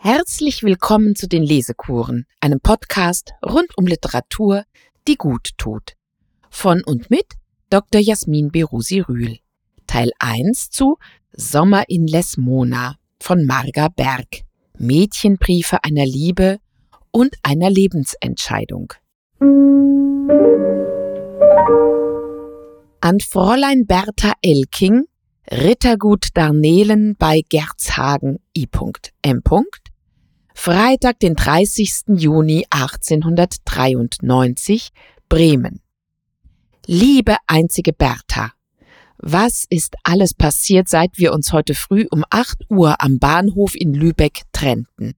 Herzlich willkommen zu den Lesekuren, einem Podcast rund um Literatur, die gut tut. Von und mit Dr. Jasmin Berusi-Rühl. Teil 1 zu Sommer in Lesmona von Marga Berg. Mädchenbriefe einer Liebe und einer Lebensentscheidung. An Fräulein Bertha Elking, Rittergut Darnelen bei Gerzhagen I.M. Freitag, den 30. Juni 1893, Bremen. Liebe einzige Bertha, was ist alles passiert, seit wir uns heute früh um 8 Uhr am Bahnhof in Lübeck trennten?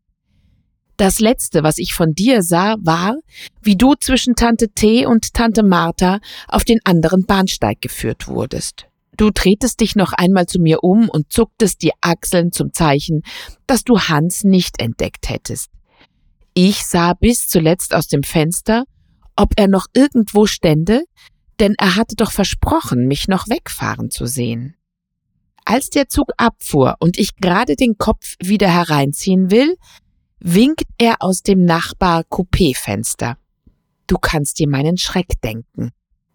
Das Letzte, was ich von dir sah, war, wie du zwischen Tante T. und Tante Martha auf den anderen Bahnsteig geführt wurdest. Du drehtest dich noch einmal zu mir um und zucktest die Achseln zum Zeichen, dass du Hans nicht entdeckt hättest. Ich sah bis zuletzt aus dem Fenster, ob er noch irgendwo stände, denn er hatte doch versprochen, mich noch wegfahren zu sehen. Als der Zug abfuhr und ich gerade den Kopf wieder hereinziehen will, winkt er aus dem Nachbar-Coupé-Fenster. Du kannst dir meinen Schreck denken.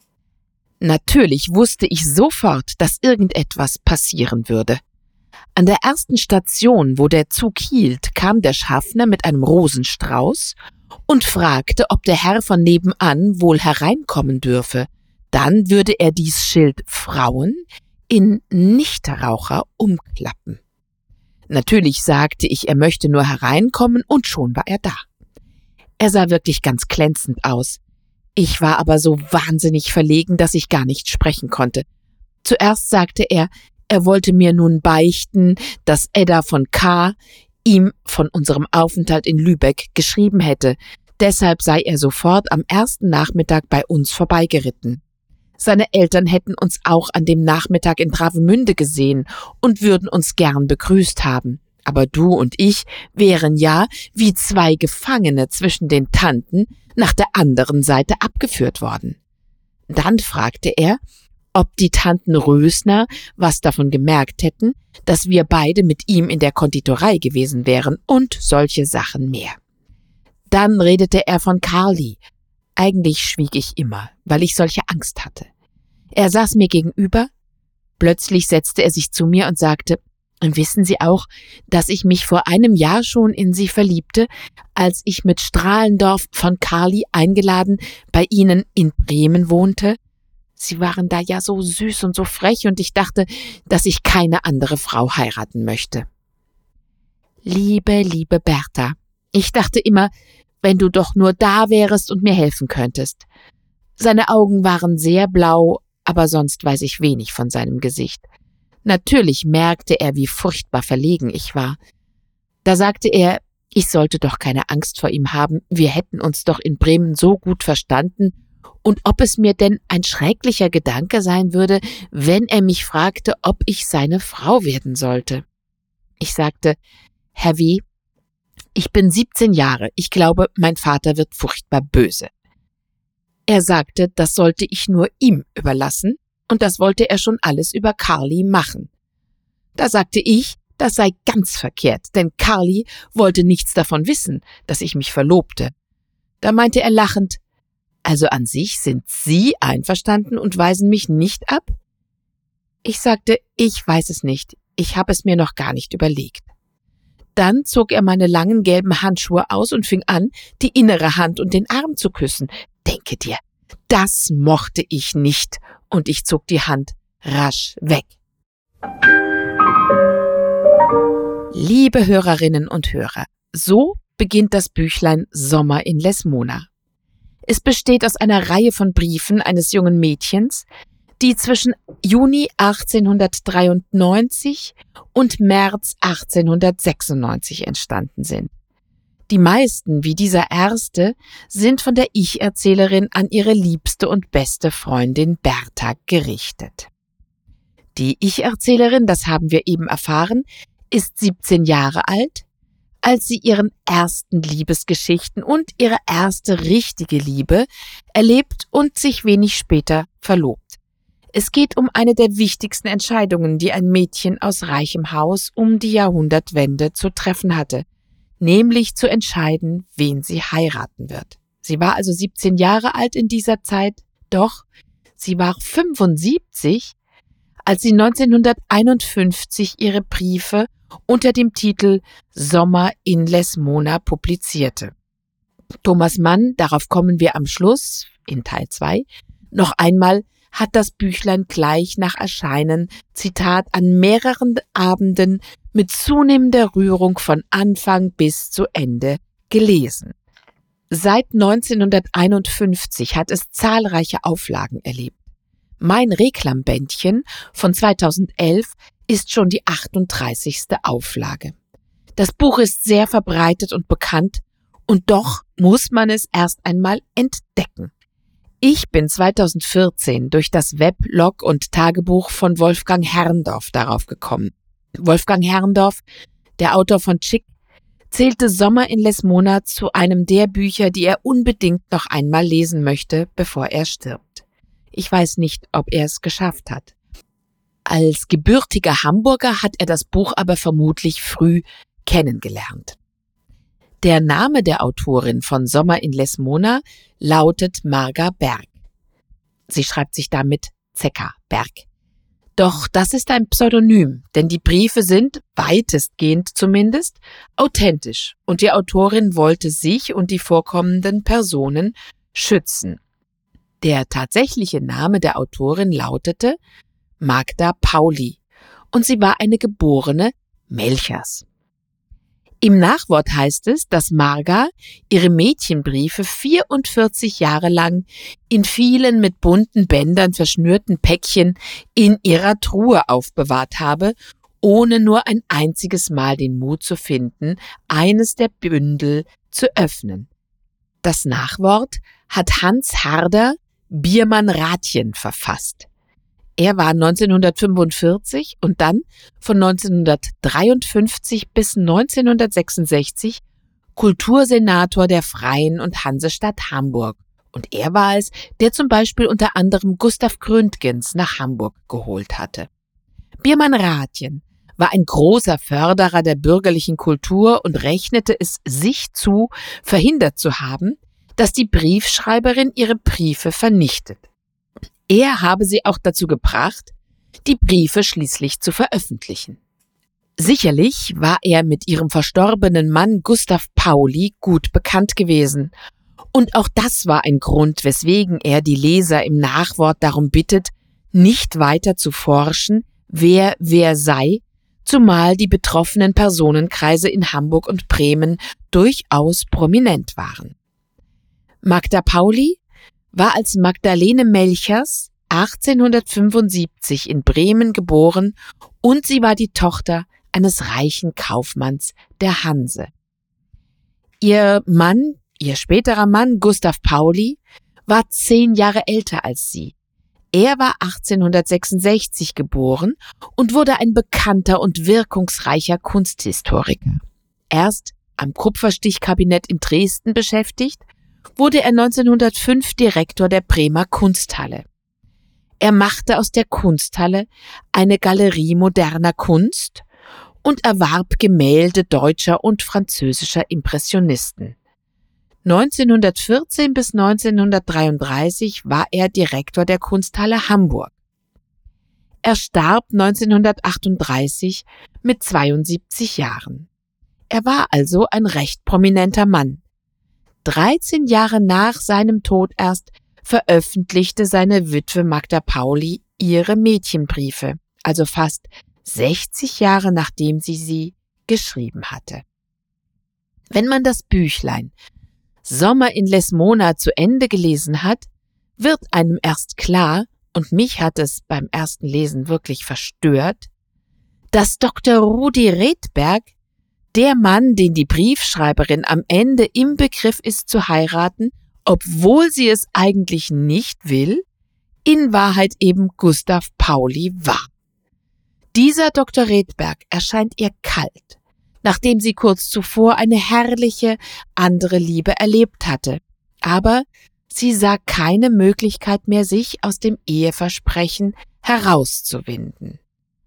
Natürlich wusste ich sofort, dass irgendetwas passieren würde. An der ersten Station, wo der Zug hielt, kam der Schaffner mit einem Rosenstrauß und fragte, ob der Herr von nebenan wohl hereinkommen dürfe. Dann würde er dies Schild Frauen in Nichtraucher umklappen. Natürlich sagte ich, er möchte nur hereinkommen, und schon war er da. Er sah wirklich ganz glänzend aus. Ich war aber so wahnsinnig verlegen, dass ich gar nicht sprechen konnte. Zuerst sagte er wollte mir nun beichten, dass Edda von K. ihm von unserem Aufenthalt in Lübeck geschrieben hätte. Deshalb sei er sofort am ersten Nachmittag bei uns vorbeigeritten. Seine Eltern hätten uns auch an dem Nachmittag in Travemünde gesehen und würden uns gern begrüßt haben. Aber du und ich wären ja wie zwei Gefangene zwischen den Tanten nach der anderen Seite abgeführt worden. Dann fragte er, ob die Tanten Rösner was davon gemerkt hätten, dass wir beide mit ihm in der Konditorei gewesen wären und solche Sachen mehr. Dann redete er von Carly. Eigentlich schwieg ich immer, weil ich solche Angst hatte. Er saß mir gegenüber. Plötzlich setzte er sich zu mir und sagte, wissen Sie auch, dass ich mich vor einem Jahr schon in Sie verliebte, als ich mit Strahlendorf von Carly eingeladen bei Ihnen in Bremen wohnte? Sie waren da ja so süß und so frech, und ich dachte, dass ich keine andere Frau heiraten möchte. Liebe Bertha, ich dachte immer, wenn du doch nur da wärest und mir helfen könntest. Seine Augen waren sehr blau, aber sonst weiß ich wenig von seinem Gesicht. Natürlich merkte er, wie furchtbar verlegen ich war. Da sagte er, ich sollte doch keine Angst vor ihm haben, wir hätten uns doch in Bremen so gut verstanden, und ob es mir denn ein schrecklicher Gedanke sein würde, wenn er mich fragte, ob ich seine Frau werden sollte. Ich sagte, Herr W., ich bin 17 Jahre, ich glaube, mein Vater wird furchtbar böse. Er sagte, das sollte ich nur ihm überlassen, und das wollte er schon alles über Carly machen. Da sagte ich, das sei ganz verkehrt, denn Carly wollte nichts davon wissen, dass ich mich verlobte. Da meinte er lachend, also an sich sind Sie einverstanden und weisen mich nicht ab? Ich sagte, ich weiß es nicht, ich habe es mir noch gar nicht überlegt. Dann zog er meine langen gelben Handschuhe aus und fing an, die innere Hand und den Arm zu küssen. Denke dir, das mochte ich nicht, und ich zog die Hand rasch weg. Liebe Hörerinnen und Hörer, so beginnt das Büchlein Sommer in Lesmona. Es besteht aus einer Reihe von Briefen eines jungen Mädchens, die zwischen Juni 1893 und März 1896 entstanden sind. Die meisten, wie dieser erste, sind von der Ich-Erzählerin an ihre liebste und beste Freundin Bertha gerichtet. Die Ich-Erzählerin, das haben wir eben erfahren, ist 17 Jahre alt, als sie ihren ersten Liebesgeschichten und ihre erste richtige Liebe erlebt und sich wenig später verlobt. Es geht um eine der wichtigsten Entscheidungen, die ein Mädchen aus reichem Haus um die Jahrhundertwende zu treffen hatte. nämlich zu entscheiden, wen sie heiraten wird. Sie war also 17 Jahre alt in dieser Zeit, doch sie war 75, als sie 1951 ihre Briefe unter dem Titel Sommer in Lesmona publizierte. Thomas Mann, darauf kommen wir am Schluss, in Teil 2, noch einmal hat das Büchlein gleich nach Erscheinen, Zitat, an mehreren Abenden mit zunehmender Rührung von Anfang bis zu Ende gelesen. Seit 1951 hat es zahlreiche Auflagen erlebt. Mein Reklambändchen von 2011 ist schon die 38. Auflage. Das Buch ist sehr verbreitet und bekannt, und doch muss man es erst einmal entdecken. Ich bin 2014 durch das Weblog und Tagebuch von Wolfgang Herrndorf darauf gekommen. Wolfgang Herrndorf, der Autor von Chick, zählte Sommer in Lesmona zu einem der Bücher, die er unbedingt noch einmal lesen möchte, bevor er stirbt. Ich weiß nicht, ob er es geschafft hat. Als gebürtiger Hamburger hat er das Buch aber vermutlich früh kennengelernt. Der Name der Autorin von Sommer in Lesmona lautet Marga Berg. Sie schreibt sich damit Zecker Berg. Doch das ist ein Pseudonym, denn die Briefe sind, weitestgehend zumindest, authentisch und die Autorin wollte sich und die vorkommenden Personen schützen. Der tatsächliche Name der Autorin lautete Magda Pauli und sie war eine geborene Melchers. Im Nachwort heißt es, dass Marga ihre Mädchenbriefe 44 Jahre lang in vielen mit bunten Bändern verschnürten Päckchen in ihrer Truhe aufbewahrt habe, ohne nur ein einziges Mal den Mut zu finden, eines der Bündel zu öffnen. Das Nachwort hat Hans Herder Biermann-Rathjen verfasst. Er war 1945 und dann von 1953 bis 1966 Kultursenator der Freien und Hansestadt Hamburg. Und er war es, der zum Beispiel unter anderem Gustav Gründgens nach Hamburg geholt hatte. Biermann-Rathjen war ein großer Förderer der bürgerlichen Kultur und rechnete es sich zu, verhindert zu haben, dass die Briefschreiberin ihre Briefe vernichtet. Er habe sie auch dazu gebracht, die Briefe schließlich zu veröffentlichen. Sicherlich war er mit ihrem verstorbenen Mann Gustav Pauli gut bekannt gewesen. Und auch das war ein Grund, weswegen er die Leser im Nachwort darum bittet, nicht weiter zu forschen, wer sei, zumal die betroffenen Personenkreise in Hamburg und Bremen durchaus prominent waren. Magda Pauli war als Magdalene Melchers 1875 in Bremen geboren und sie war die Tochter eines reichen Kaufmanns der Hanse. Ihr späterer Mann Gustav Pauli war 10 Jahre älter als sie. Er war 1866 geboren und wurde ein bekannter und wirkungsreicher Kunsthistoriker. Erst am Kupferstichkabinett in Dresden beschäftigt, wurde er 1905 Direktor der Bremer Kunsthalle. Er machte aus der Kunsthalle eine Galerie moderner Kunst und erwarb Gemälde deutscher und französischer Impressionisten. 1914 bis 1933 war er Direktor der Kunsthalle Hamburg. Er starb 1938 mit 72 Jahren. Er war also ein recht prominenter Mann. 13 Jahre nach seinem Tod erst veröffentlichte seine Witwe Magda Pauli ihre Mädchenbriefe, also fast 60 Jahre nachdem sie geschrieben hatte. Wenn man das Büchlein Sommer in Lesmona zu Ende gelesen hat, wird einem erst klar, und mich hat es beim ersten Lesen wirklich verstört, dass Dr. Rudi Redberg, der Mann, den die Briefschreiberin am Ende im Begriff ist zu heiraten, obwohl sie es eigentlich nicht will, in Wahrheit eben Gustav Pauli war. Dieser Dr. Redberg erscheint ihr kalt, nachdem sie kurz zuvor eine herrliche andere Liebe erlebt hatte. Aber sie sah keine Möglichkeit mehr, sich aus dem Eheversprechen herauszuwinden.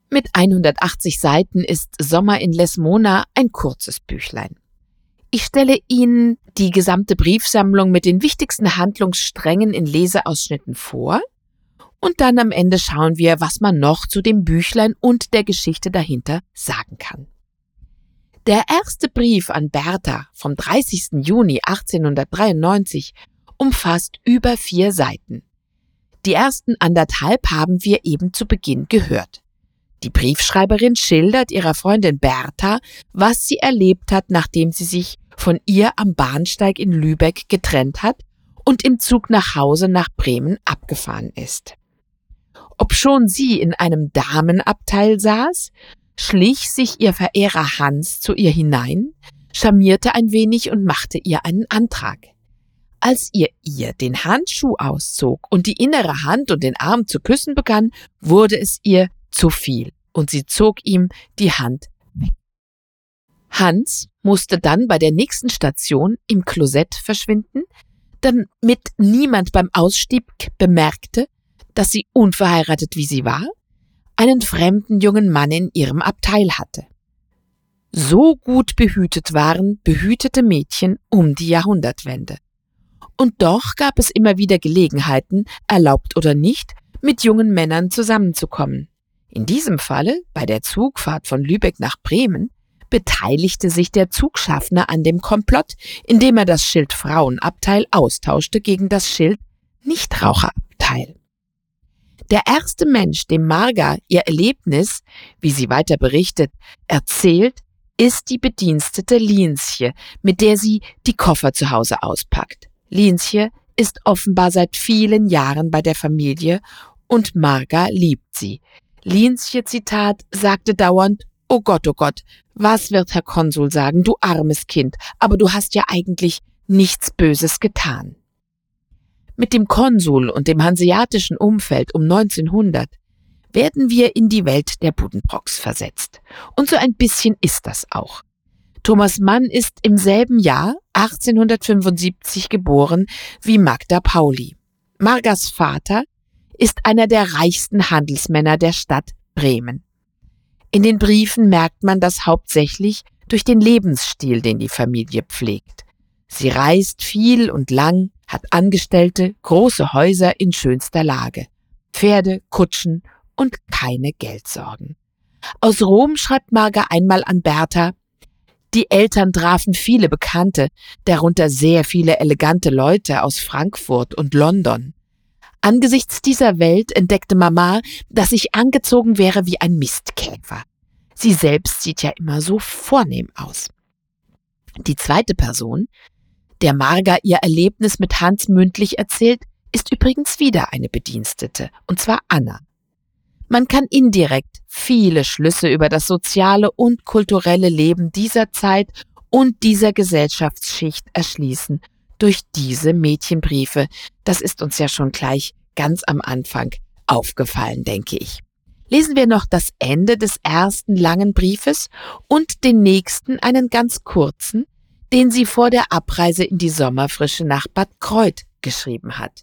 Mit 180 Seiten ist Sommer in Lesmona ein kurzes Büchlein. Ich stelle Ihnen die gesamte Briefsammlung mit den wichtigsten Handlungssträngen in Leseausschnitten vor und dann am Ende schauen wir, was man noch zu dem Büchlein und der Geschichte dahinter sagen kann. Der erste Brief an Bertha vom 30. Juni 1893 umfasst über 4 Seiten. Die ersten 1,5 haben wir eben zu Beginn gehört. Die Briefschreiberin schildert ihrer Freundin Bertha, was sie erlebt hat, nachdem sie sich von ihr am Bahnsteig in Lübeck getrennt hat und im Zug nach Hause nach Bremen abgefahren ist. Obschon sie in einem Damenabteil saß, schlich sich ihr Verehrer Hans zu ihr hinein, charmierte ein wenig und machte ihr einen Antrag. Als ihr den Handschuh auszog und die innere Hand und den Arm zu küssen begann, wurde es ihr zu viel und sie zog ihm die Hand weg. Hans musste dann bei der nächsten Station im Klosett verschwinden, damit niemand beim Ausstieg bemerkte, dass sie, unverheiratet wie sie war, einen fremden jungen Mann in ihrem Abteil hatte. So gut behütet waren behütete Mädchen um die Jahrhundertwende. Und doch gab es immer wieder Gelegenheiten, erlaubt oder nicht, mit jungen Männern zusammenzukommen. In diesem Falle, bei der Zugfahrt von Lübeck nach Bremen, beteiligte sich der Zugschaffner an dem Komplott, indem er das Schild Frauenabteil austauschte gegen das Schild Nichtraucherabteil. Der erste Mensch, dem Marga ihr Erlebnis, wie sie weiter berichtet, erzählt, ist die Bedienstete Lienschen, mit der sie die Koffer zu Hause auspackt. Lienschen ist offenbar seit vielen Jahren bei der Familie und Marga liebt sie. Lienschen, Zitat, sagte dauernd, oh Gott, was wird Herr Konsul sagen, du armes Kind, aber du hast ja eigentlich nichts Böses getan. Mit dem Konsul und dem hanseatischen Umfeld um 1900 werden wir in die Welt der Buddenbrooks versetzt. Und so ein bisschen ist das auch. Thomas Mann ist im selben Jahr, 1875, geboren wie Magda Pauli. Margas Vater ist einer der reichsten Handelsmänner der Stadt Bremen. In den Briefen merkt man das hauptsächlich durch den Lebensstil, den die Familie pflegt. Sie reist viel und lang, hat Angestellte, große Häuser in schönster Lage, Pferde, Kutschen und keine Geldsorgen. Aus Rom schreibt Marga einmal an Bertha: Die Eltern trafen viele Bekannte, darunter sehr viele elegante Leute aus Frankfurt und London. Angesichts dieser Welt entdeckte Mama, dass ich angezogen wäre wie ein Mistkäfer. Sie selbst sieht ja immer so vornehm aus. Die zweite Person, der Marga ihr Erlebnis mit Hans mündlich erzählt, ist übrigens wieder eine Bedienstete, und zwar Anna. Man kann indirekt viele Schlüsse über das soziale und kulturelle Leben dieser Zeit und dieser Gesellschaftsschicht erschließen durch diese Mädchenbriefe. Das ist uns ja schon gleich ganz am Anfang aufgefallen, denke ich. Lesen wir noch das Ende des ersten langen Briefes und den nächsten, einen ganz kurzen, den sie vor der Abreise in die Sommerfrische nach Bad Kreuth geschrieben hat.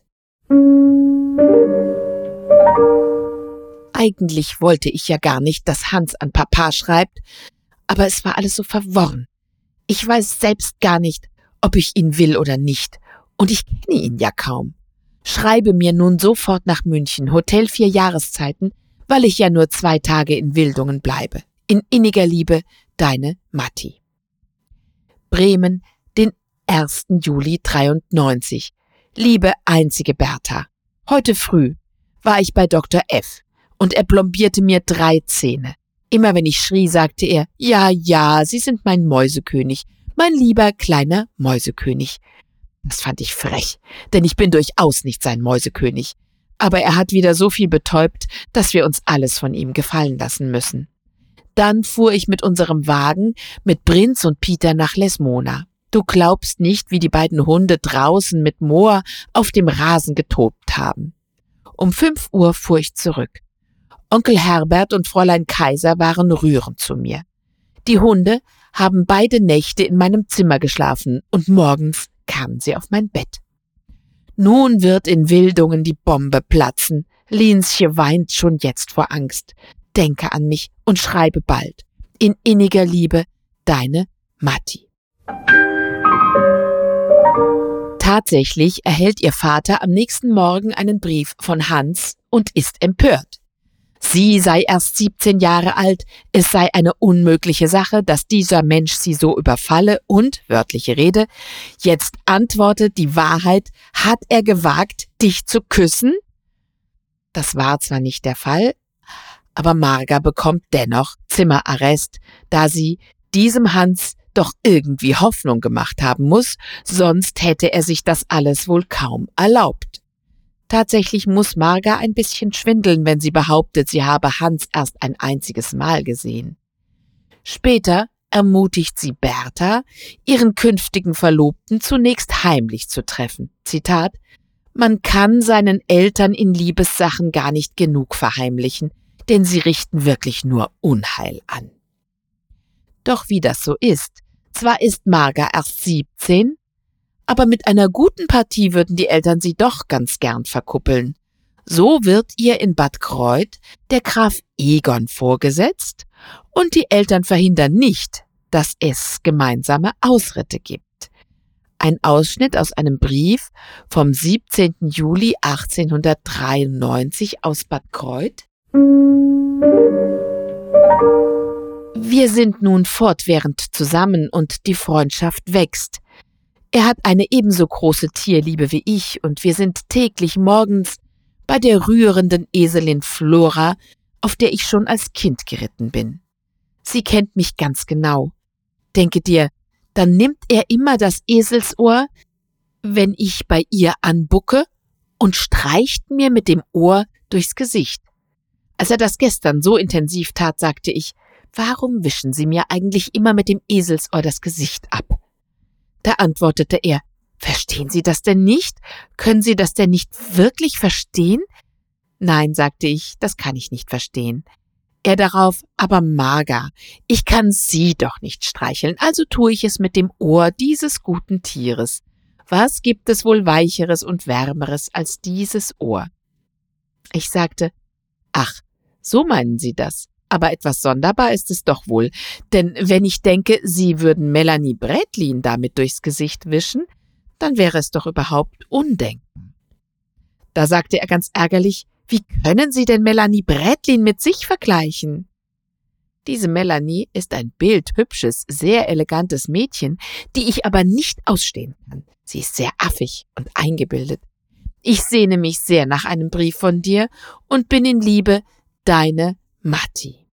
Eigentlich wollte ich ja gar nicht, dass Hans an Papa schreibt, aber es war alles so verworren. Ich weiß selbst gar nicht, ob ich ihn will oder nicht, und ich kenne ihn ja kaum. Schreibe mir nun sofort nach München, Hotel 4 Jahreszeiten, weil ich ja nur 2 Tage in Wildungen bleibe. In inniger Liebe, deine Matti. Bremen, den 1. Juli 93. Liebe einzige Bertha, heute früh war ich bei Dr. F. und er plombierte mir 3 Zähne. Immer wenn ich schrie, sagte er, ja, Sie sind mein Mäusekönig, mein lieber kleiner Mäusekönig. Das fand ich frech, denn ich bin durchaus nicht sein Mäusekönig. Aber er hat wieder so viel betäubt, dass wir uns alles von ihm gefallen lassen müssen. Dann fuhr ich mit unserem Wagen mit Prinz und Peter nach Lesmona. Du glaubst nicht, wie die beiden Hunde draußen mit Moa auf dem Rasen getobt haben. Um 5 Uhr fuhr ich zurück. Onkel Herbert und Fräulein Kaiser waren rührend zu mir. Die Hunde haben beide Nächte in meinem Zimmer geschlafen und morgens kamen sie auf mein Bett. Nun wird in Wildungen die Bombe platzen. Lienschen weint schon jetzt vor Angst. denke an mich und schreibe bald. In inniger Liebe, deine Matti. Tatsächlich erhält ihr Vater am nächsten Morgen einen Brief von Hans und ist empört. Sie sei erst 17 Jahre alt, es sei eine unmögliche Sache, dass dieser Mensch sie so überfalle und, wörtliche Rede, jetzt antwortet die Wahrheit, hat er gewagt, dich zu küssen? Das war zwar nicht der Fall, aber Marga bekommt dennoch Zimmerarrest, da sie diesem Hans doch irgendwie Hoffnung gemacht haben muss, sonst hätte er sich das alles wohl kaum erlaubt. Tatsächlich muss Marga ein bisschen schwindeln, wenn sie behauptet, sie habe Hans erst ein einziges Mal gesehen. Später ermutigt sie Bertha, ihren künftigen Verlobten zunächst heimlich zu treffen. Zitat: Man kann seinen Eltern in Liebessachen gar nicht genug verheimlichen, denn sie richten wirklich nur Unheil an. Doch wie das so ist, zwar ist Marga erst 17, aber mit einer guten Partie würden die Eltern sie doch ganz gern verkuppeln. So wird ihr in Bad Kreuth der Graf Egon vorgesetzt und die Eltern verhindern nicht, dass es gemeinsame Ausritte gibt. Ein Ausschnitt aus einem Brief vom 17. Juli 1893 aus Bad Kreuth. Wir sind nun fortwährend zusammen und die Freundschaft wächst. Er hat eine ebenso große Tierliebe wie ich und wir sind täglich morgens bei der rührenden Eselin Flora, auf der ich schon als Kind geritten bin. Sie kennt mich ganz genau. Denke dir, dann nimmt er immer das Eselsohr, wenn ich bei ihr anbucke, und streicht mir mit dem Ohr durchs Gesicht. Als er das gestern so intensiv tat, sagte ich, warum wischen Sie mir eigentlich immer mit dem Eselsohr das Gesicht ab? Da antwortete er, verstehen Sie das denn nicht? Können Sie das denn nicht wirklich verstehen? Nein, sagte ich, das kann ich nicht verstehen. Er darauf, aber Marga, ich kann Sie doch nicht streicheln, also tue ich es mit dem Ohr dieses guten Tieres. Was gibt es wohl Weicheres und Wärmeres als dieses Ohr? Ich sagte, ach, so meinen Sie das. Aber etwas sonderbar ist es doch wohl, denn wenn ich denke, Sie würden Melanie Brätlin damit durchs Gesicht wischen, dann wäre es doch überhaupt undenkbar. Da sagte er ganz ärgerlich, wie können Sie denn Melanie Brätlin mit sich vergleichen? Diese Melanie ist ein bildhübsches, sehr elegantes Mädchen, die ich aber nicht ausstehen kann. Sie ist sehr affig und eingebildet. Ich sehne mich sehr nach einem Brief von dir und bin in Liebe, deine Matti.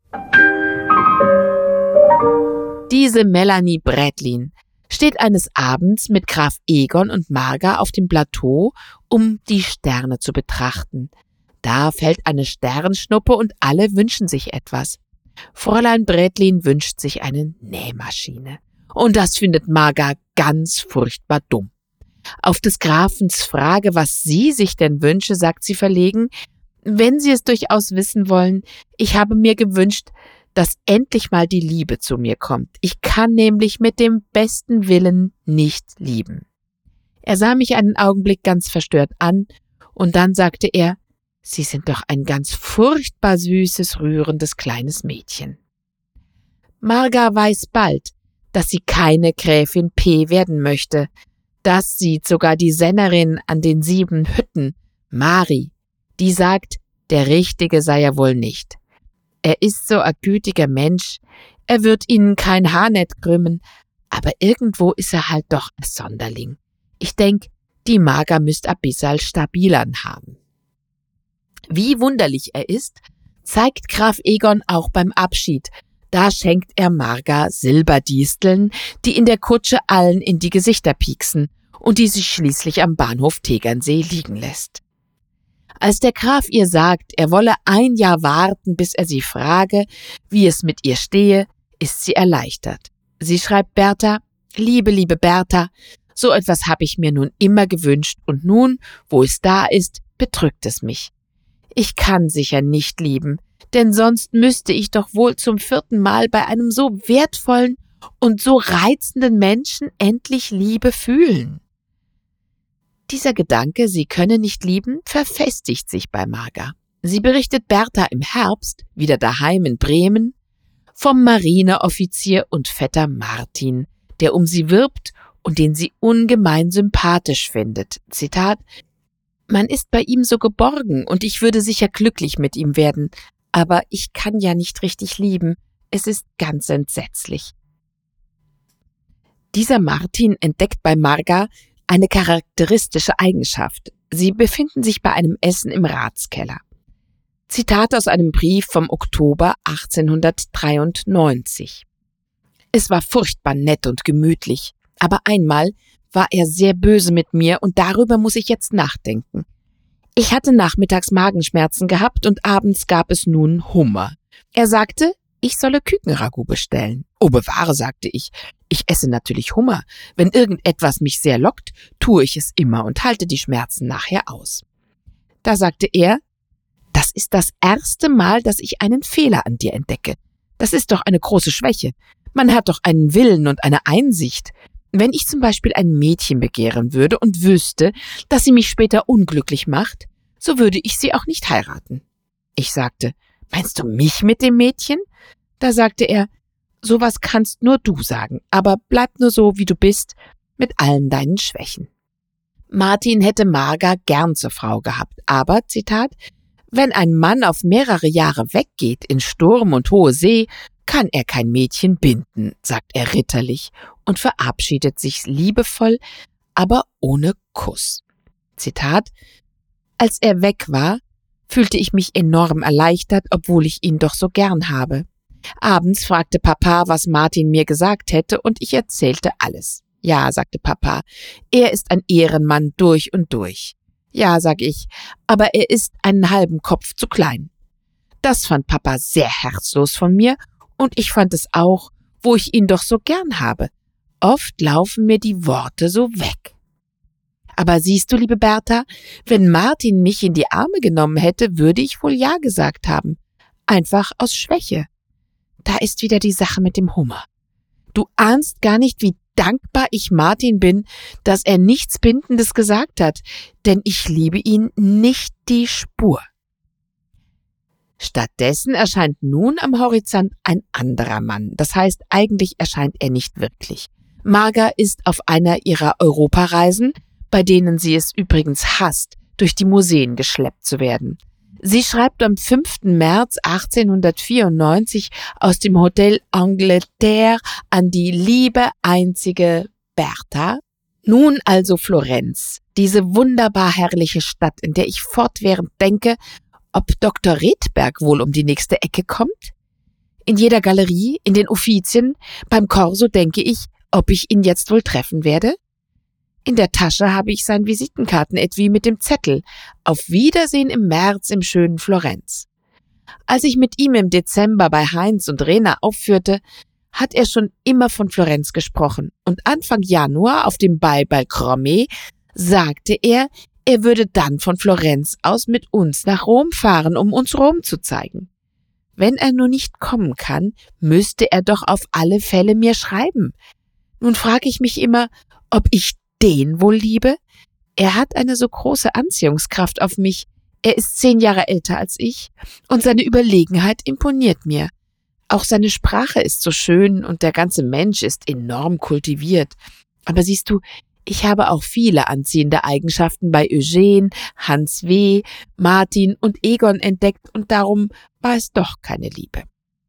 Diese Melanie Brätlin steht eines Abends mit Graf Egon und Marga auf dem Plateau, um die Sterne zu betrachten. Da fällt eine Sternschnuppe und alle wünschen sich etwas. Fräulein Brätlin wünscht sich eine Nähmaschine. Und das findet Marga ganz furchtbar dumm. Auf des Grafens Frage, was sie sich denn wünsche, sagt sie verlegen, wenn Sie es durchaus wissen wollen, ich habe mir gewünscht, dass endlich mal die Liebe zu mir kommt. Ich kann nämlich mit dem besten Willen nicht lieben. Er sah mich einen Augenblick ganz verstört an und dann sagte er, Sie sind doch ein ganz furchtbar süßes, rührendes kleines Mädchen. Marga weiß bald, dass sie keine Gräfin P. werden möchte. Das sieht sogar die Sennerin an den 7 Hütten, Mari. Die sagt, der Richtige sei er wohl nicht. Er ist so ein gütiger Mensch, er wird ihnen kein Haar nicht krümmen, aber irgendwo ist er halt doch ein Sonderling. Ich denk, die Marga müsst a bissal stabilern haben. Wie wunderlich er ist, zeigt Graf Egon auch beim Abschied. Da schenkt er Marga Silberdisteln, die in der Kutsche allen in die Gesichter pieksen und die sich schließlich am Bahnhof Tegernsee liegen lässt. Als der Graf ihr sagt, er wolle 1 Jahr warten, bis er sie frage, wie es mit ihr stehe, ist sie erleichtert. Sie schreibt Bertha, liebe Bertha, so etwas habe ich mir nun immer gewünscht und nun, wo es da ist, bedrückt es mich. Ich kann sicher nicht lieben, denn sonst müsste ich doch wohl zum 4. Mal bei einem so wertvollen und so reizenden Menschen endlich Liebe fühlen. Dieser Gedanke, sie könne nicht lieben, verfestigt sich bei Marga. Sie berichtet Bertha im Herbst, wieder daheim in Bremen, vom Marineoffizier und Vetter Martin, der um sie wirbt und den sie ungemein sympathisch findet. Zitat: Man ist bei ihm so geborgen und ich würde sicher glücklich mit ihm werden, aber ich kann ja nicht richtig lieben. Es ist ganz entsetzlich. Dieser Martin entdeckt bei Marga eine charakteristische Eigenschaft. Sie befinden sich bei einem Essen im Ratskeller. Zitat aus einem Brief vom Oktober 1893. Es war furchtbar nett und gemütlich, aber einmal war er sehr böse mit mir und darüber muss ich jetzt nachdenken. Ich hatte nachmittags Magenschmerzen gehabt und abends gab es nun Hummer. Er sagte, ich solle Kükenragout bestellen. Oh, bewahre, sagte ich. Ich esse natürlich Hummer. Wenn irgendetwas mich sehr lockt, tue ich es immer und halte die Schmerzen nachher aus. Da sagte er, das ist das erste Mal, dass ich einen Fehler an dir entdecke. Das ist doch eine große Schwäche. Man hat doch einen Willen und eine Einsicht. Wenn ich zum Beispiel ein Mädchen begehren würde und wüsste, dass sie mich später unglücklich macht, so würde ich sie auch nicht heiraten. Ich sagte, meinst du mich mit dem Mädchen? Da sagte er, sowas kannst nur du sagen, aber bleib nur so, wie du bist, mit allen deinen Schwächen. Martin hätte Marga gern zur Frau gehabt, aber, Zitat, wenn ein Mann auf mehrere Jahre weggeht in Sturm und hohe See, kann er kein Mädchen binden, sagt er ritterlich und verabschiedet sich liebevoll, aber ohne Kuss. Zitat, als er weg war, fühlte ich mich enorm erleichtert, obwohl ich ihn doch so gern habe. Abends fragte Papa, was Martin mir gesagt hätte, und ich erzählte alles. Ja, sagte Papa, er ist ein Ehrenmann durch und durch. Ja, sag ich, aber er ist einen halben Kopf zu klein. Das fand Papa sehr herzlos von mir, und ich fand es auch, wo ich ihn doch so gern habe. Oft laufen mir die Worte so weg. Aber siehst du, liebe Bertha, wenn Martin mich in die Arme genommen hätte, würde ich wohl ja gesagt haben. Einfach aus Schwäche. Da ist wieder die Sache mit dem Hummer. Du ahnst gar nicht, wie dankbar ich Martin bin, dass er nichts Bindendes gesagt hat, denn ich liebe ihn nicht die Spur. Stattdessen erscheint nun am Horizont ein anderer Mann. Das heißt, eigentlich erscheint er nicht wirklich. Marga ist auf einer ihrer Europareisen, bei denen sie es übrigens hasst, durch die Museen geschleppt zu werden. Sie schreibt am 5. März 1894 aus dem Hotel Angleterre an die liebe einzige Bertha. Nun also Florenz, diese wunderbar herrliche Stadt, in der ich fortwährend denke, ob Dr. Redberg wohl um die nächste Ecke kommt? In jeder Galerie, in den Uffizien, beim Korso denke ich, ob ich ihn jetzt wohl treffen werde? In der Tasche habe ich sein Visitenkartenetui mit dem Zettel »Auf Wiedersehen im März im schönen Florenz«. Als ich mit ihm im Dezember bei Heinz und Rena aufführte, hat er schon immer von Florenz gesprochen, und Anfang Januar auf dem Bal Balcrome sagte er würde dann von Florenz aus mit uns nach Rom fahren, um uns Rom zu zeigen. Wenn er nur nicht kommen kann, müsste er doch auf alle Fälle mir schreiben. Nun frage ich mich immer, ob ich den wohl liebe? Er hat eine so große Anziehungskraft auf mich. Er ist 10 Jahre älter als ich und seine Überlegenheit imponiert mir. Auch seine Sprache ist so schön und der ganze Mensch ist enorm kultiviert. Aber siehst du, ich habe auch viele anziehende Eigenschaften bei Eugène, Hans W., Martin und Egon entdeckt und darum war es doch keine Liebe.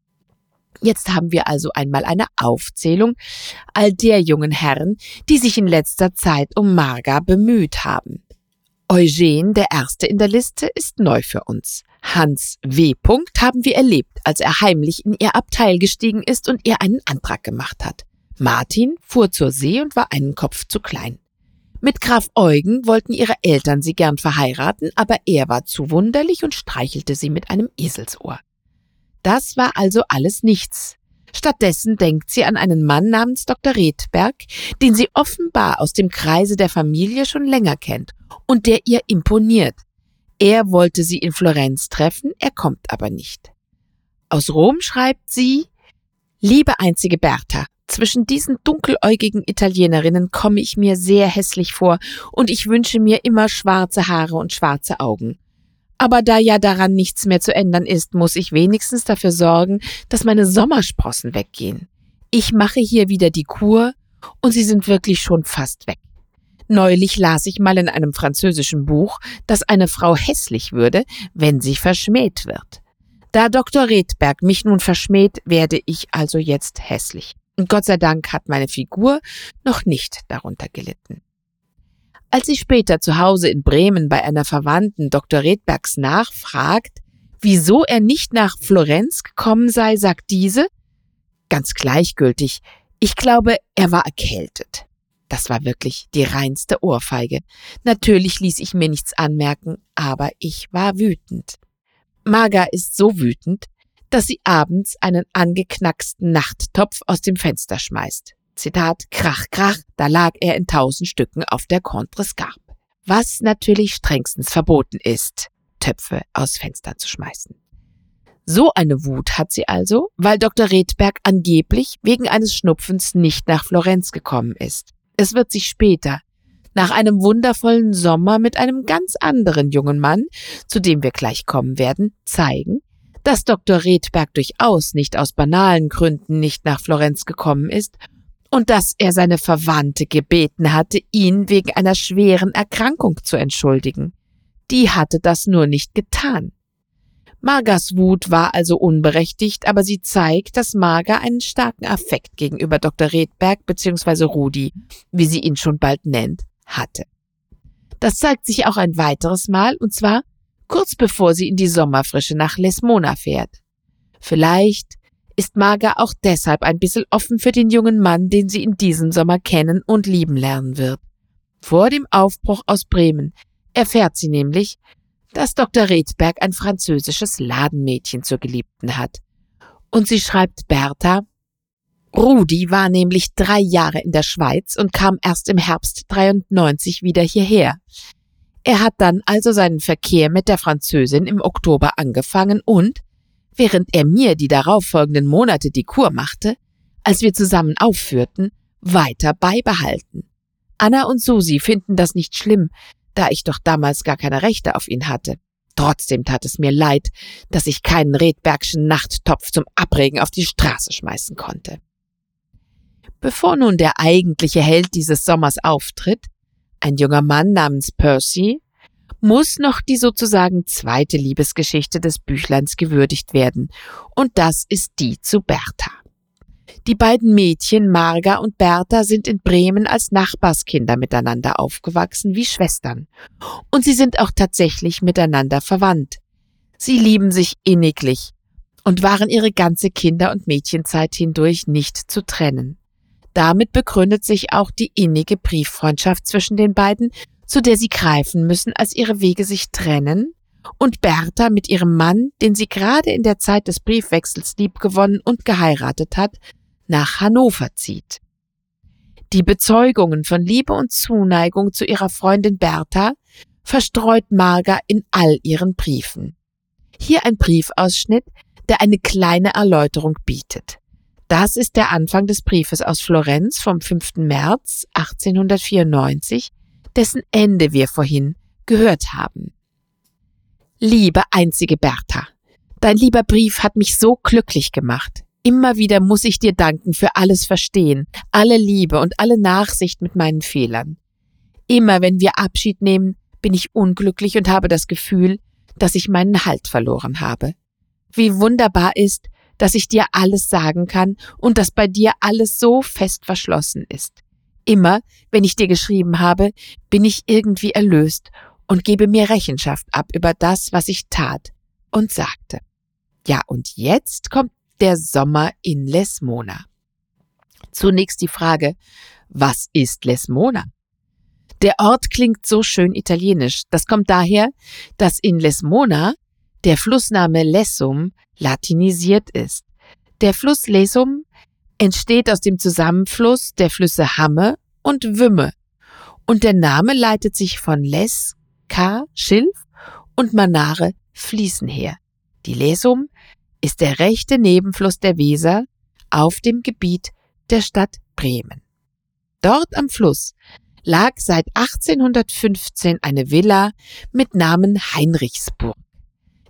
Jetzt haben wir also einmal eine Aufzählung all der jungen Herren, die sich in letzter Zeit um Marga bemüht haben. Eugène, der Erste in der Liste, ist neu für uns. Hans W. haben wir erlebt, als er heimlich in ihr Abteil gestiegen ist und ihr einen Antrag gemacht hat. Martin fuhr zur See und war einen Kopf zu klein. Mit Graf Eugen wollten ihre Eltern sie gern verheiraten, aber er war zu wunderlich und streichelte sie mit einem Eselsohr. Das war also alles nichts. Stattdessen denkt sie an einen Mann namens Dr. Redberg, den sie offenbar aus dem Kreise der Familie schon länger kennt und der ihr imponiert. Er wollte sie in Florenz treffen, er kommt aber nicht. Aus Rom schreibt sie: Liebe einzige Bertha, zwischen diesen dunkeläugigen Italienerinnen komme ich mir sehr hässlich vor und ich wünsche mir immer schwarze Haare und schwarze Augen. Aber da ja daran nichts mehr zu ändern ist, muss ich wenigstens dafür sorgen, dass meine Sommersprossen weggehen. Ich mache hier wieder die Kur und sie sind wirklich schon fast weg. Neulich las ich mal in einem französischen Buch, dass eine Frau hässlich würde, wenn sie verschmäht wird. Da Dr. Redberg mich nun verschmäht, werde ich also jetzt hässlich. Und Gott sei Dank hat meine Figur noch nicht darunter gelitten. Als sie später zu Hause in Bremen bei einer Verwandten Dr. Redbergs nachfragt, wieso er nicht nach Florenz gekommen sei, sagt diese, ganz gleichgültig, ich glaube, er war erkältet. Das war wirklich die reinste Ohrfeige. Natürlich ließ ich mir nichts anmerken, aber ich war wütend. Marga ist so wütend, dass sie abends einen angeknacksten Nachttopf aus dem Fenster schmeißt. Zitat, krach, krach, da lag er in 1000 Stücken auf der Contrescarpe. Was natürlich strengstens verboten ist, Töpfe aus Fenstern zu schmeißen. So eine Wut hat sie also, weil Dr. Redberg angeblich wegen eines Schnupfens nicht nach Florenz gekommen ist. Es wird sich später, nach einem wundervollen Sommer mit einem ganz anderen jungen Mann, zu dem wir gleich kommen werden, zeigen, dass Dr. Redberg durchaus nicht aus banalen Gründen nicht nach Florenz gekommen ist und dass er seine Verwandte gebeten hatte, ihn wegen einer schweren Erkrankung zu entschuldigen. Die hatte das nur nicht getan. Margas Wut war also unberechtigt, aber sie zeigt, dass Marga einen starken Affekt gegenüber Dr. Redberg bzw. Rudi, wie sie ihn schon bald nennt, hatte. Das zeigt sich auch ein weiteres Mal, und zwar kurz bevor sie in die Sommerfrische nach Lesmona fährt. Vielleicht ist Marga auch deshalb ein bisschen offen für den jungen Mann, den sie in diesem Sommer kennen und lieben lernen wird. Vor dem Aufbruch aus Bremen erfährt sie nämlich, dass Dr. Redberg ein französisches Ladenmädchen zur Geliebten hat. Und sie schreibt Bertha, Rudi war nämlich 3 Jahre in der Schweiz und kam erst im Herbst 93 wieder hierher. Er hat dann also seinen Verkehr mit der Französin im Oktober angefangen und, während er mir die darauffolgenden Monate die Kur machte, als wir zusammen aufführten, weiter beibehalten. Anna und Susi finden das nicht schlimm, da ich doch damals gar keine Rechte auf ihn hatte. Trotzdem tat es mir leid, dass ich keinen Redbergschen Nachttopf zum Abregen auf die Straße schmeißen konnte. Bevor nun der eigentliche Held dieses Sommers auftritt, ein junger Mann namens Percy, muss noch die sozusagen zweite Liebesgeschichte des Büchleins gewürdigt werden, und das ist die zu Bertha. Die beiden Mädchen, Marga und Bertha, sind in Bremen als Nachbarskinder miteinander aufgewachsen wie Schwestern. Und sie sind auch tatsächlich miteinander verwandt. Sie lieben sich inniglich und waren ihre ganze Kinder- und Mädchenzeit hindurch nicht zu trennen. Damit begründet sich auch die innige Brieffreundschaft zwischen den beiden, zu der sie greifen müssen, als ihre Wege sich trennen und Bertha mit ihrem Mann, den sie gerade in der Zeit des Briefwechsels liebgewonnen und geheiratet hat, nach Hannover zieht. Die Bezeugungen von Liebe und Zuneigung zu ihrer Freundin Bertha verstreut Marga in all ihren Briefen. Hier ein Briefausschnitt, der eine kleine Erläuterung bietet. Das ist der Anfang des Briefes aus Florenz vom 5. März 1894, dessen Ende wir vorhin gehört haben. Liebe einzige Bertha, dein lieber Brief hat mich so glücklich gemacht. Immer wieder muss ich dir danken für alles Verstehen, alle Liebe und alle Nachsicht mit meinen Fehlern. Immer wenn wir Abschied nehmen, bin ich unglücklich und habe das Gefühl, dass ich meinen Halt verloren habe. Wie wunderbar ist, dass ich dir alles sagen kann und dass bei dir alles so fest verschlossen ist. Immer, wenn ich dir geschrieben habe, bin ich irgendwie erlöst und gebe mir Rechenschaft ab über das, was ich tat und sagte. Ja, und jetzt kommt der Sommer in Lesmona. Zunächst die Frage, was ist Lesmona? Der Ort klingt so schön italienisch. Das kommt daher, dass in Lesmona der Flussname Lessum latinisiert ist. Der Fluss Lessum entsteht aus dem Zusammenfluss der Flüsse Hamme und Wümme und der Name leitet sich von Les, Schilf und Manare, Fließen her. Die Lessum ist der rechte Nebenfluss der Weser auf dem Gebiet der Stadt Bremen. Dort am Fluss lag seit 1815 eine Villa mit Namen Heinrichsburg.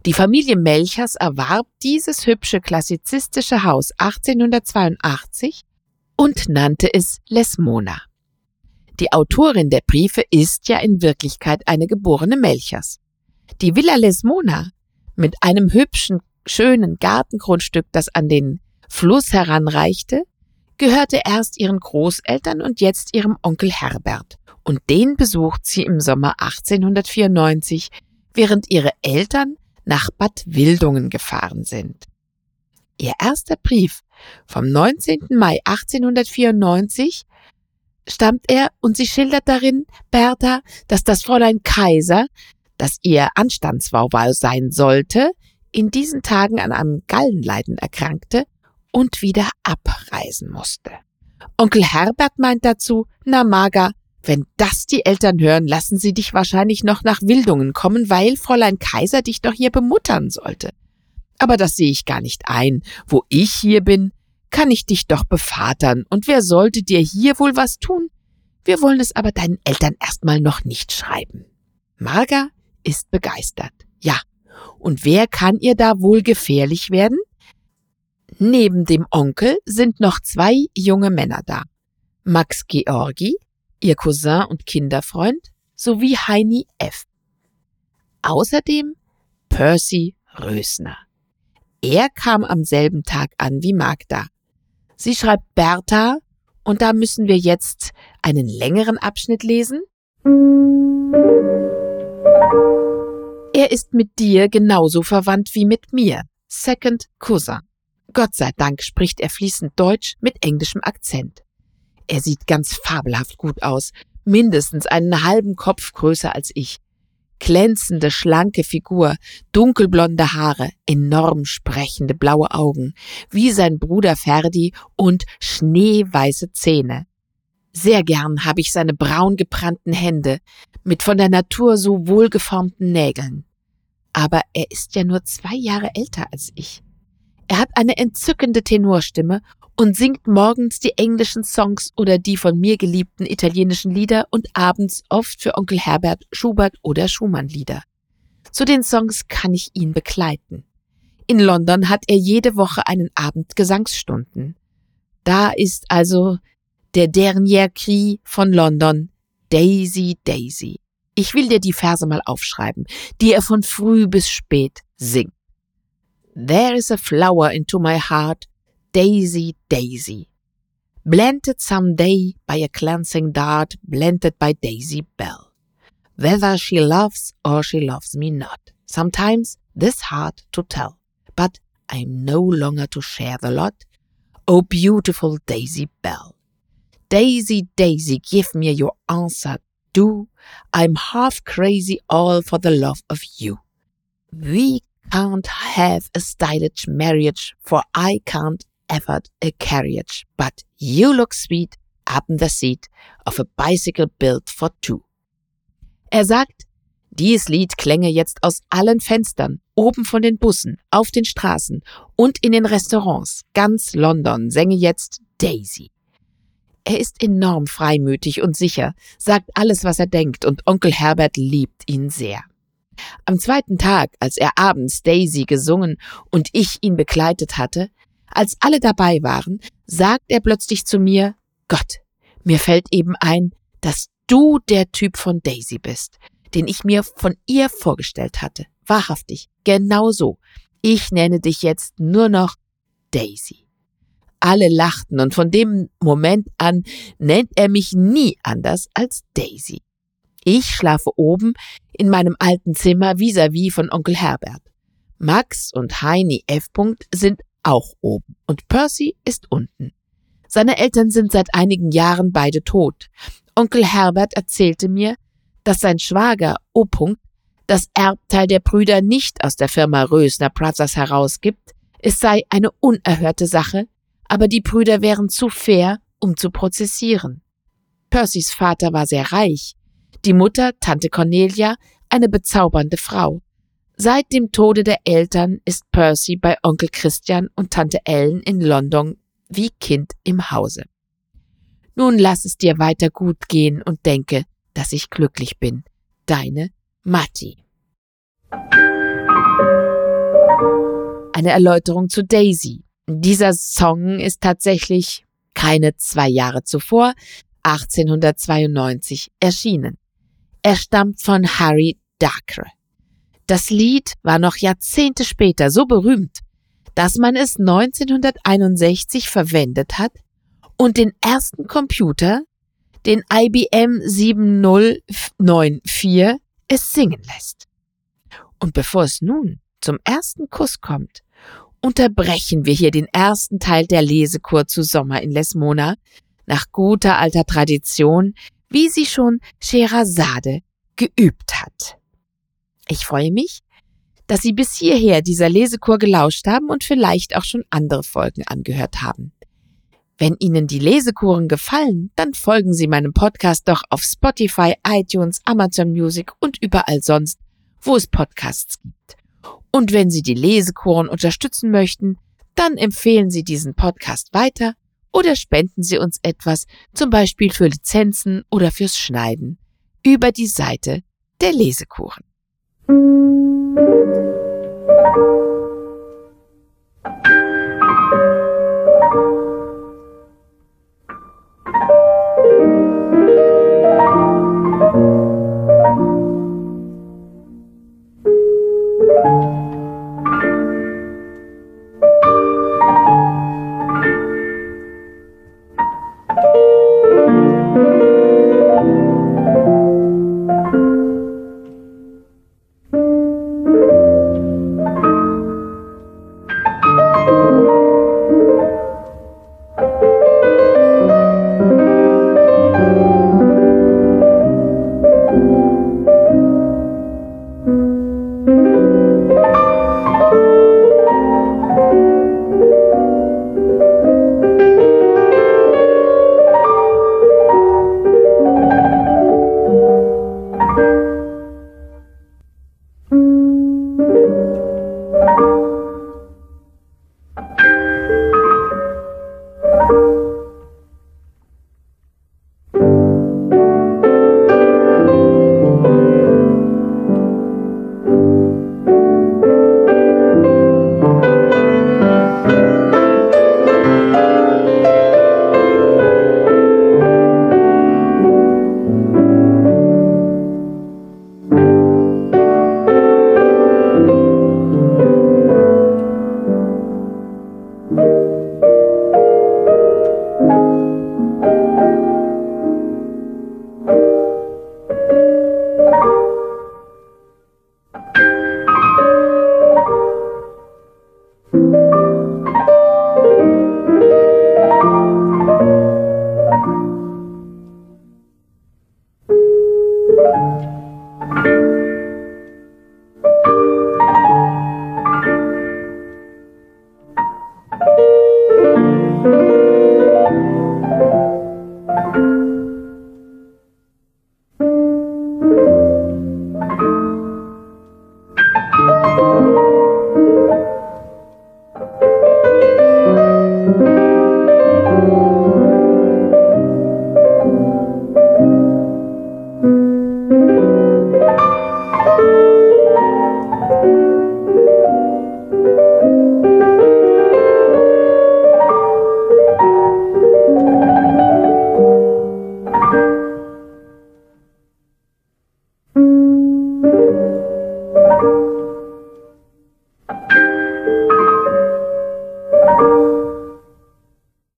Die Familie Melchers erwarb dieses hübsche klassizistische Haus 1882 und nannte es Lesmona. Die Autorin der Briefe ist ja in Wirklichkeit eine geborene Melchers. Die Villa Lesmona mit einem hübschen, schönen Gartengrundstück, das an den Fluss heranreichte, gehörte erst ihren Großeltern und jetzt ihrem Onkel Herbert. Und den besucht sie im Sommer 1894, während ihre Eltern nach Bad Wildungen gefahren sind. Ihr erster Brief vom 19. Mai 1894 stammt er und sie schildert darin, Bertha, dass das Fräulein Kaiser, das ihr Anstandswauwau sein sollte, in diesen Tagen an einem Gallenleiden erkrankte und wieder abreisen musste. Onkel Herbert meint dazu, na Marga, wenn das die Eltern hören, lassen sie dich wahrscheinlich noch nach Wildungen kommen, weil Fräulein Kaiser dich doch hier bemuttern sollte. Aber das sehe ich gar nicht ein. Wo ich hier bin, kann ich dich doch bevatern, und wer sollte dir hier wohl was tun? Wir wollen es aber deinen Eltern erstmal noch nicht schreiben. Marga ist begeistert. Ja, und wer kann ihr da wohl gefährlich werden? Neben dem Onkel sind noch 2 junge Männer da. Max Georgi, ihr Cousin und Kinderfreund, sowie Heini F. Außerdem Percy Rösner. Er kam am selben Tag an wie Magda. Sie schreibt Bertha, und da müssen wir jetzt einen längeren Abschnitt lesen. Er ist mit dir genauso verwandt wie mit mir. Second Cousin. Gott sei Dank spricht er fließend Deutsch mit englischem Akzent. Er sieht ganz fabelhaft gut aus, mindestens einen halben Kopf größer als ich. Glänzende, schlanke Figur, dunkelblonde Haare, enorm sprechende blaue Augen, wie sein Bruder Ferdi, und schneeweiße Zähne. Sehr gern habe ich seine braun gebrannten Hände mit von der Natur so wohlgeformten Nägeln. Aber er ist ja nur 2 Jahre älter als ich. Er hat eine entzückende Tenorstimme und singt morgens die englischen Songs oder die von mir geliebten italienischen Lieder und abends oft für Onkel Herbert Schubert oder Schumann Lieder. Zu den Songs kann ich ihn begleiten. In London hat er jede Woche einen Abend Gesangsstunden. Da ist also der Dernier Cri von London, Daisy, Daisy. Ich will dir die Verse mal aufschreiben, die er von früh bis spät singt. There is a flower into my heart, Daisy, Daisy. Blended some day by a glancing dart, blended by Daisy Bell. Whether she loves or she loves me not, sometimes this hard to tell. But I'm no longer to share the lot, oh beautiful Daisy Bell. Daisy, Daisy, give me your answer, do. I'm half crazy all for the love of you. We can't have a stylish marriage, for I can't afford a carriage, but you look sweet up in the seat of a bicycle built for 2. Er sagt, dies Lied klänge jetzt aus allen Fenstern, oben von den Bussen, auf den Straßen und in den Restaurants. Ganz London sänge jetzt Daisy. Er ist enorm freimütig und sicher, sagt alles, was er denkt, und Onkel Herbert liebt ihn sehr. Am 2. Tag, als er abends Daisy gesungen und ich ihn begleitet hatte, als alle dabei waren, sagt er plötzlich zu mir, Gott, mir fällt eben ein, dass du der Typ von Daisy bist, den ich mir von ihr vorgestellt hatte. Wahrhaftig, genau so. Ich nenne dich jetzt nur noch Daisy. Alle lachten und von dem Moment an nennt er mich nie anders als Daisy. Ich schlafe oben in meinem alten Zimmer vis-à-vis von Onkel Herbert. Max und Heini F. sind auch oben und Percy ist unten. Seine Eltern sind seit einigen Jahren beide tot. Onkel Herbert erzählte mir, dass sein Schwager O. das Erbteil der Brüder nicht aus der Firma Rösner Brothers herausgibt. Es sei eine unerhörte Sache, aber die Brüder wären zu fair, um zu prozessieren. Percys Vater war sehr reich. Die Mutter, Tante Cornelia, eine bezaubernde Frau. Seit dem Tode der Eltern ist Percy bei Onkel Christian und Tante Ellen in London wie Kind im Hause. Nun lass es dir weiter gut gehen und denke, dass ich glücklich bin. Deine Matti. Eine Erläuterung zu Daisy. Dieser Song ist tatsächlich keine 2 Jahre zuvor, 1892, erschienen. Er stammt von Harry Dacre. Das Lied war noch Jahrzehnte später so berühmt, dass man es 1961 verwendet hat und den ersten Computer, den IBM 7094, es singen lässt. Und bevor es nun zum ersten Kuss kommt, unterbrechen wir hier den ersten Teil der Lesekur zu Sommer in Lesmona nach guter alter Tradition, wie sie schon Scheherazade geübt hat. Ich freue mich, dass Sie bis hierher dieser Lesekur gelauscht haben und vielleicht auch schon andere Folgen angehört haben. Wenn Ihnen die Lesekuren gefallen, dann folgen Sie meinem Podcast doch auf Spotify, iTunes, Amazon Music und überall sonst, wo es Podcasts gibt. Und wenn Sie die Lesekuren unterstützen möchten, dann empfehlen Sie diesen Podcast weiter oder spenden Sie uns etwas, zum Beispiel für Lizenzen oder fürs Schneiden, über die Seite der Lesekuren.